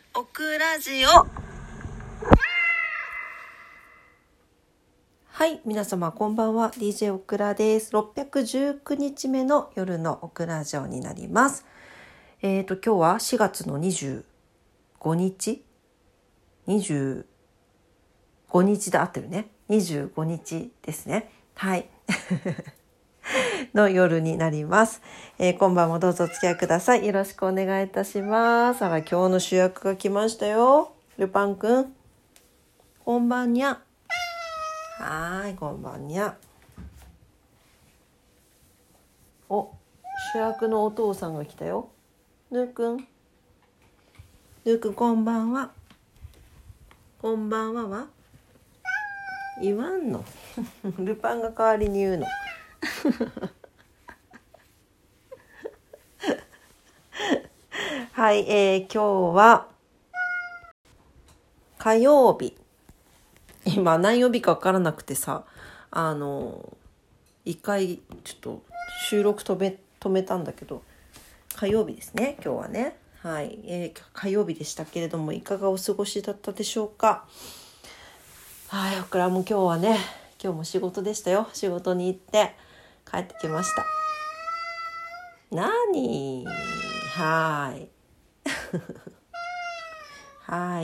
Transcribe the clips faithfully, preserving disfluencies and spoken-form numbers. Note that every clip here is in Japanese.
オクラジオ。はい、皆様こんばんは。 ディージェー オクラです。ろっぴゃくじゅうくにちめの夜のオクラジオになります。えーと今日はしがつのにじゅうごにちにじゅうごにちで合ってるね。にじゅうごにちですね。はいの夜になります、えー、今晩もどうぞお付き合いください。よろしくお願いいたします。あら、今日の主役が来ましたよ。ルパンくん、こんばんにゃ。はーい、こんばんにゃ。お、主役のお父さんが来たよ。ヌーくん、ヌーくん、こんばんは。こんばんはは言わんのルパンが代わりに言うのはい、えー、今日は火曜日。今何曜日か分からなくてさ、あの一回ちょっと収録止め止めたんだけど、火曜日ですね、今日はね。はい、えー、火曜日でしたけれども、いかがお過ごしだったでしょうか。はい、オクラも今日はね、今日も仕事でしたよ。仕事に行って帰ってきました。なに、はい。はい。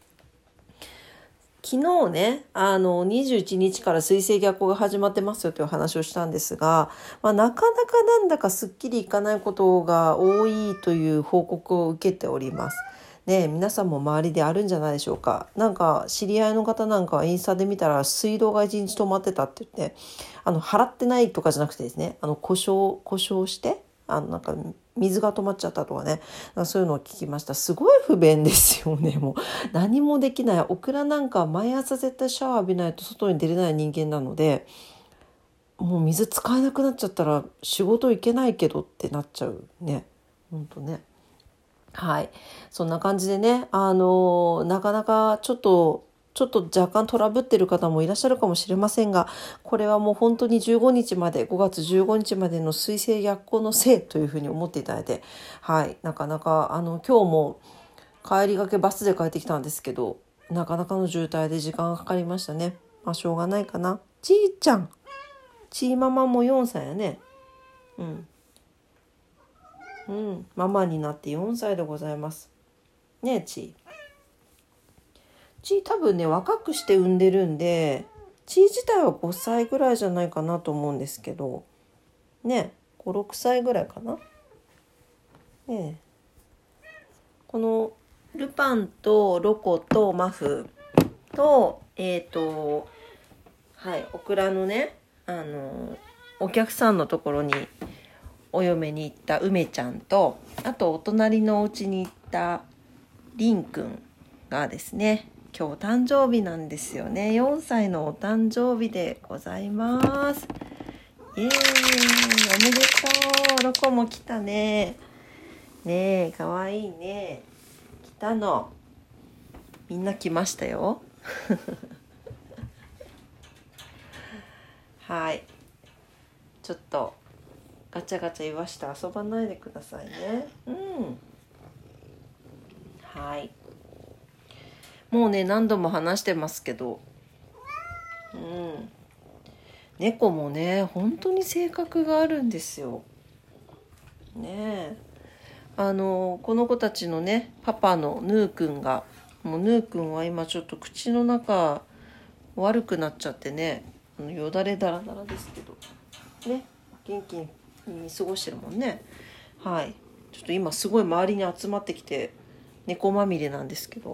昨日ね、あのにじゅういちにちから水星逆行が始まってますよという話をしたんですが、まあ、なかなかなんだかすっきりいかないことが多いという報告を受けております。ね、皆さんも周りであるんじゃないでしょうか。なんか知り合いの方なんかはインスタで見たら水道がいちにち止まってたって言って、あの払ってないとかじゃなくてですね、あの故障故障してあのなんか水が止まっちゃったとかね、そういうのを聞きました。すごい不便ですよね。もう何もできない。オクラなんか毎朝絶対シャワー浴びないと外に出れない人間なので、もう水使えなくなっちゃったら仕事行けないけどってなっちゃうね。ほんとね。はい、そんな感じでね、あのなかなかちょっとちょっと若干トラブってる方もいらっしゃるかもしれませんが、これはもう本当にじゅうごにちまで、ごがつじゅうごにちまでの水星逆行のせいというふうに思っていただいて、はい、なかなかあの今日も帰りがけバスで帰ってきたんですけど、なかなかの渋滞で時間がかかりましたね。まあしょうがないかな。ちーちゃん、ちーママもよんさいやね。うんうん、ママになってよんさいでございますねえ。ちーちー多分ね若くして産んでるんで、ちー自体はごさいぐらいじゃないかなと思うんですけどね、ご、ろくさいぐらいかな。ねえ、このルパンとロコとマフとえっ、ー、とはいオクラのね、あのお客さんのところにお嫁に行った梅ちゃんと、あとお隣のお家に行ったりんくんがですね、今日誕生日なんですよね。よんさいのお誕生日でございます。イエーイ、おめでとう。ロコも来たね。ねえ、かわいいね。来たの。みんな来ましたよ。はい。ちょっとガチャガチャ言わして遊ばないでくださいね。うん。はい。もうね何度も話してますけど、うん、猫もね本当に性格があるんですよ。ねえ、あのこの子たちのねパパのヌーくんが、もうヌーくんは今ちょっと口の中悪くなっちゃってね、あのよだれだらだらですけどね、元気に過ごしてるもんね。はい、ちょっと今すごい周りに集まってきて猫まみれなんですけど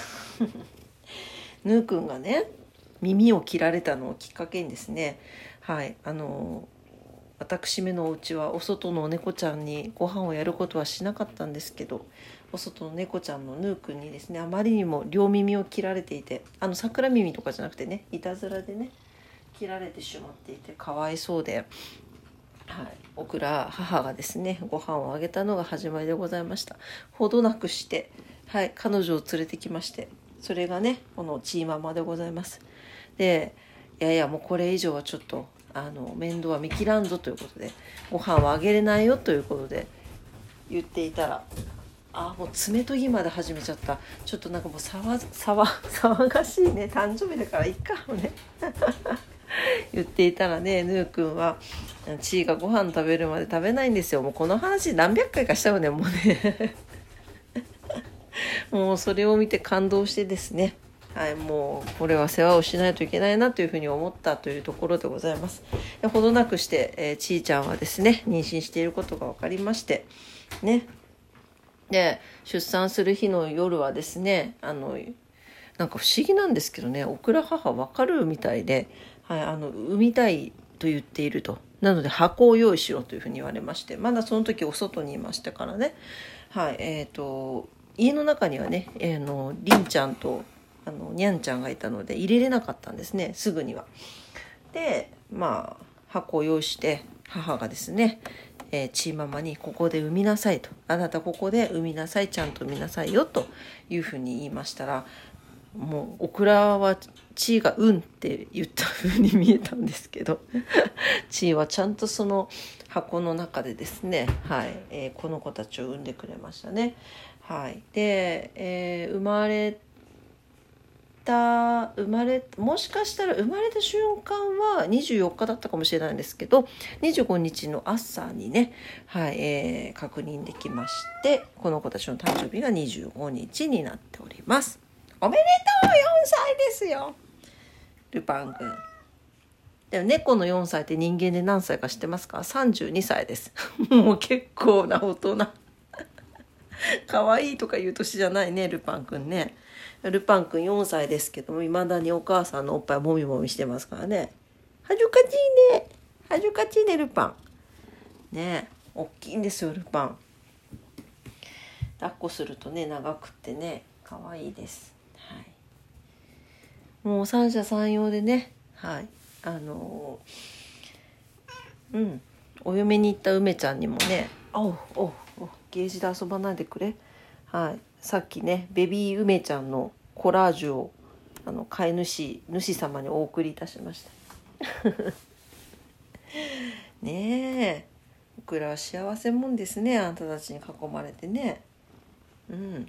ヌーくんがね耳を切られたのをきっかけにですね、はい、あの私めのお家はお外の猫ちゃんにご飯をやることはしなかったんですけど、お外の猫ちゃんのヌーくんにですね、あまりにも両耳を切られていて、あの桜耳とかじゃなくてね、いたずらでね切られてしまっていてかわいそうで、はい、オクラ母がですねご飯をあげたのが始まりでございました。ほどなくして、はい、彼女を連れてきまして、それがねこのチーママでございます。で、いやいやもうこれ以上はちょっとあの面倒は見切らんぞということで、ご飯はあげれないよということで言っていたら、 あ、もう爪研ぎまで始めちゃった。ちょっとなんかもう騒騒騒がしいね。誕生日だからいいかもね言っていたらね、ヌーくんはチーがご飯食べるまで食べないんですよ。もうこの話何百回かしたよね、もうねもうそれを見て感動してですね、はい、もうこれは世話をしないといけないなというふうに思ったというところでございます。でほどなくして、えー、ちーちゃんはですね妊娠していることが分かりましてね、で出産する日の夜はですね、あのなんか不思議なんですけどね、オクラ母分かるみたいで、はい、あの産みたいと言っていると。なので箱を用意しろというふうに言われまして、まだその時お外にいましたからね、はい、えーと家の中にはね、えー、のりんちゃんとあのにゃんちゃんがいたので入れれなかったんですね、すぐには。でまあ箱を用意して母がですね、えー、チーママにここで産みなさいと、あなたここで産みなさい、ちゃんと産みなさいよというふうに言いましたら、もうオクラはチーがうんって言った風に見えたんですけどチーはちゃんとその箱の中でですね、はい、えー、この子たちを産んでくれましたね。はい、で、えー、生まれた生まれもしかしたら生まれた瞬間はにじゅうよっかだったかもしれないんですけど、にじゅうごにちの朝にね、はい、えー、確認できまして、この子たちの誕生日がにじゅうごにちになっております。おめでとう、よんさいですよ、ルパン君。でも猫のよんさいって人間で何歳か知ってますか？さんじゅうにさいですもう結構な大人可愛いとかいう年じゃないね、ルパン君ね。ルパン君よんさいですけども、未だにお母さんのおっぱいもみもみしてますからね。はじゅかちいね、はじゅかちいね、ルパンね。大きいんですよ、ルパン。抱っこするとね、長くってね、可愛いです。はい、もう三者三様でね、はい、あのー、うんお嫁に行った梅ちゃんにもね、おうおうおうゲージで遊ばないでくれ、はい、さっきねベビー梅ちゃんのコラージュをあの飼い主主様にお送りいたしましたねえ、僕らは幸せもんですね、あんたたちに囲まれてね。うん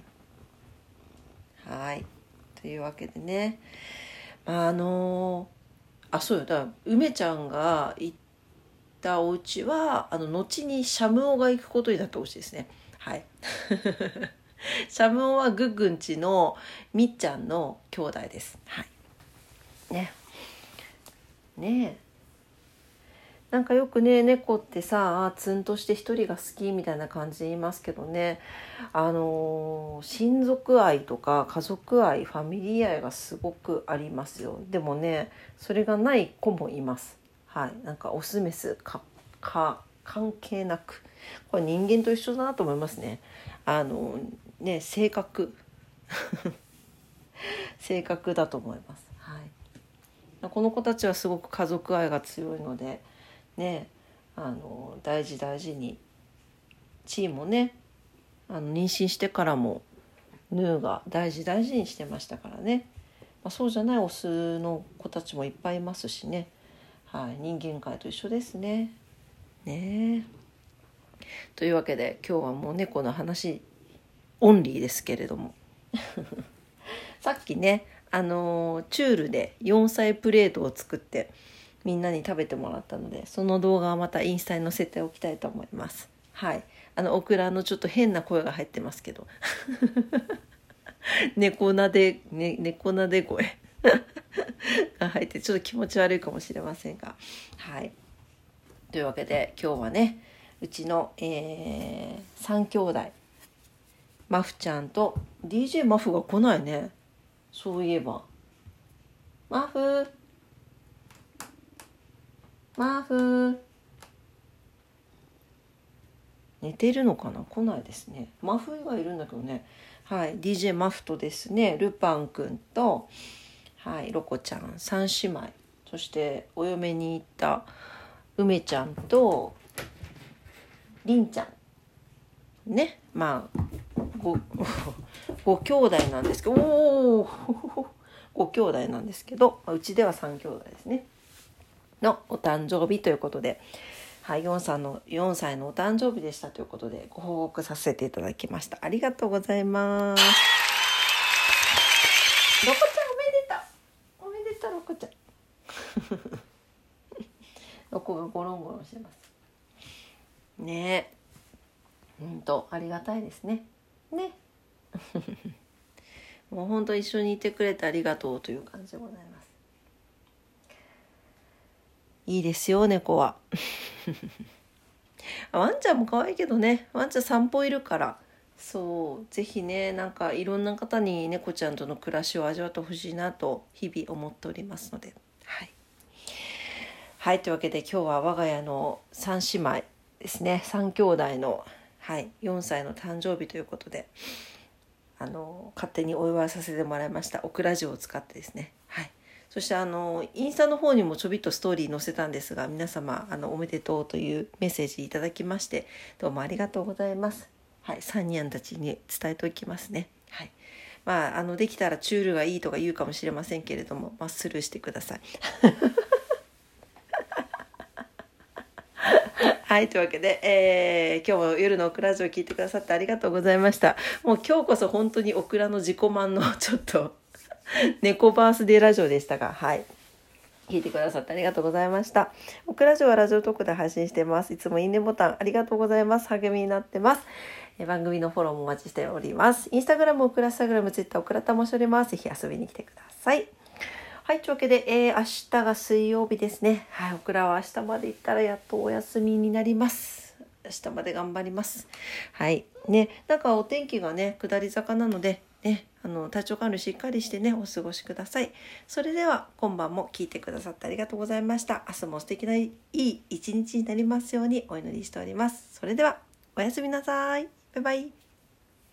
はいというわけでね、あのあそうよ、だから梅ちゃんが行ったお家はあの後にシャムオが行くことになったお家ですね。はいシャムオはグッグンチのみっちゃんの兄弟です。はいねねえ、なんかよくね、猫ってさツンとして一人が好きみたいな感じで言いますけどね、あのー、親族愛とか家族愛、ファミリー愛がすごくありますよ。でもねそれがない子もいます。はい、なんかオスメスかか関係なく、これ人間と一緒だなと思いますね。あのね性格性格だと思います。はい、この子たちはすごく家族愛が強いのでね、あの大事大事に、チーもねあの妊娠してからもヌーが大事大事にしてましたからね、まあ、そうじゃないオスの子たちもいっぱいいますしね、はい、人間界と一緒ですね。ねというわけで今日はもう猫の話オンリーですけれどもさっきねあのチュールでよんさいプレートを作ってみんなに食べてもらったので、その動画はまたインスタに載せておきたいと思います。はい、あのオクラのちょっと変な声が入ってますけど猫なで、ね、猫なで声が入ってちょっと気持ち悪いかもしれませんが、はい、というわけで今日はねうちの、えー、さん兄弟マフちゃんと ディージェー マフが来ないね。そういえばマフマフ寝てるのかな、来ないですね。マフがいるんだけどね。はい、ディージェー マフとですねルパンくんと、はい、ロコちゃんさん姉妹、そしてお嫁に行った梅ちゃんとりんちゃんね、まあごご兄弟なんですけど、おおご兄弟なんですけど、うちではさん兄弟ですねのお誕生日ということで、 はい、よんさいの、よんさいのお誕生日でしたということでご報告させていただきました。ありがとうございます。ロコちゃんおめでとう。おめでとうロコちゃん。ロコがゴロンゴロンしてます。ねえ。ほんとありがたいですね。ね。もう本当一緒にいてくれてありがとうという感じでございます。いいですよ猫は。ワンちゃんも可愛いけどね、ワンちゃん散歩いるから、そうぜひね、なんかいろんな方に猫ちゃんとの暮らしを味わってほしいなと日々思っておりますので、はいはい、というわけで今日は我が家のさん姉妹ですね、さん兄弟の、はい、よんさいの誕生日ということで、あの勝手にお祝いさせてもらいました。オクラジオを使ってですね、はい、そしてあのインスタの方にもちょびっとストーリー載せたんですが、皆様あのおめでとうというメッセージいただきましてどうもありがとうございます。はい、さんにんたちに伝えておきますね。はい、まああのできたらチュールがいいとか言うかもしれませんけれども、まあ、スルーしてください。はい、というわけで、えー、今日も夜のオクラジオを聞いてくださってありがとうございました。もう今日こそ本当にオクラの自己満のちょっと猫バースデーラジオでしたが、はい。聞いてくださってありがとうございました。オクラジオはラジオトークで配信しています。いつもいいねボタンありがとうございます。励みになってます。え番組のフォローもお待ちしております。インスタグラム、オクラスタグラム、ツイッター、オクラタもしております。ぜひ遊びに来てください。はい、というわけで、えー、明日が水曜日ですね。はい、オクラは明日まで行ったらやっとお休みになります。明日まで頑張ります。はい。ね、なんかお天気がね、下り坂なので、ね、あの体調管理しっかりしてね、お過ごしください。それでは今晩も聞いてくださってありがとうございました。明日も素敵ないい一日になりますようにお祈りしております。それではおやすみなさい。バイバイ。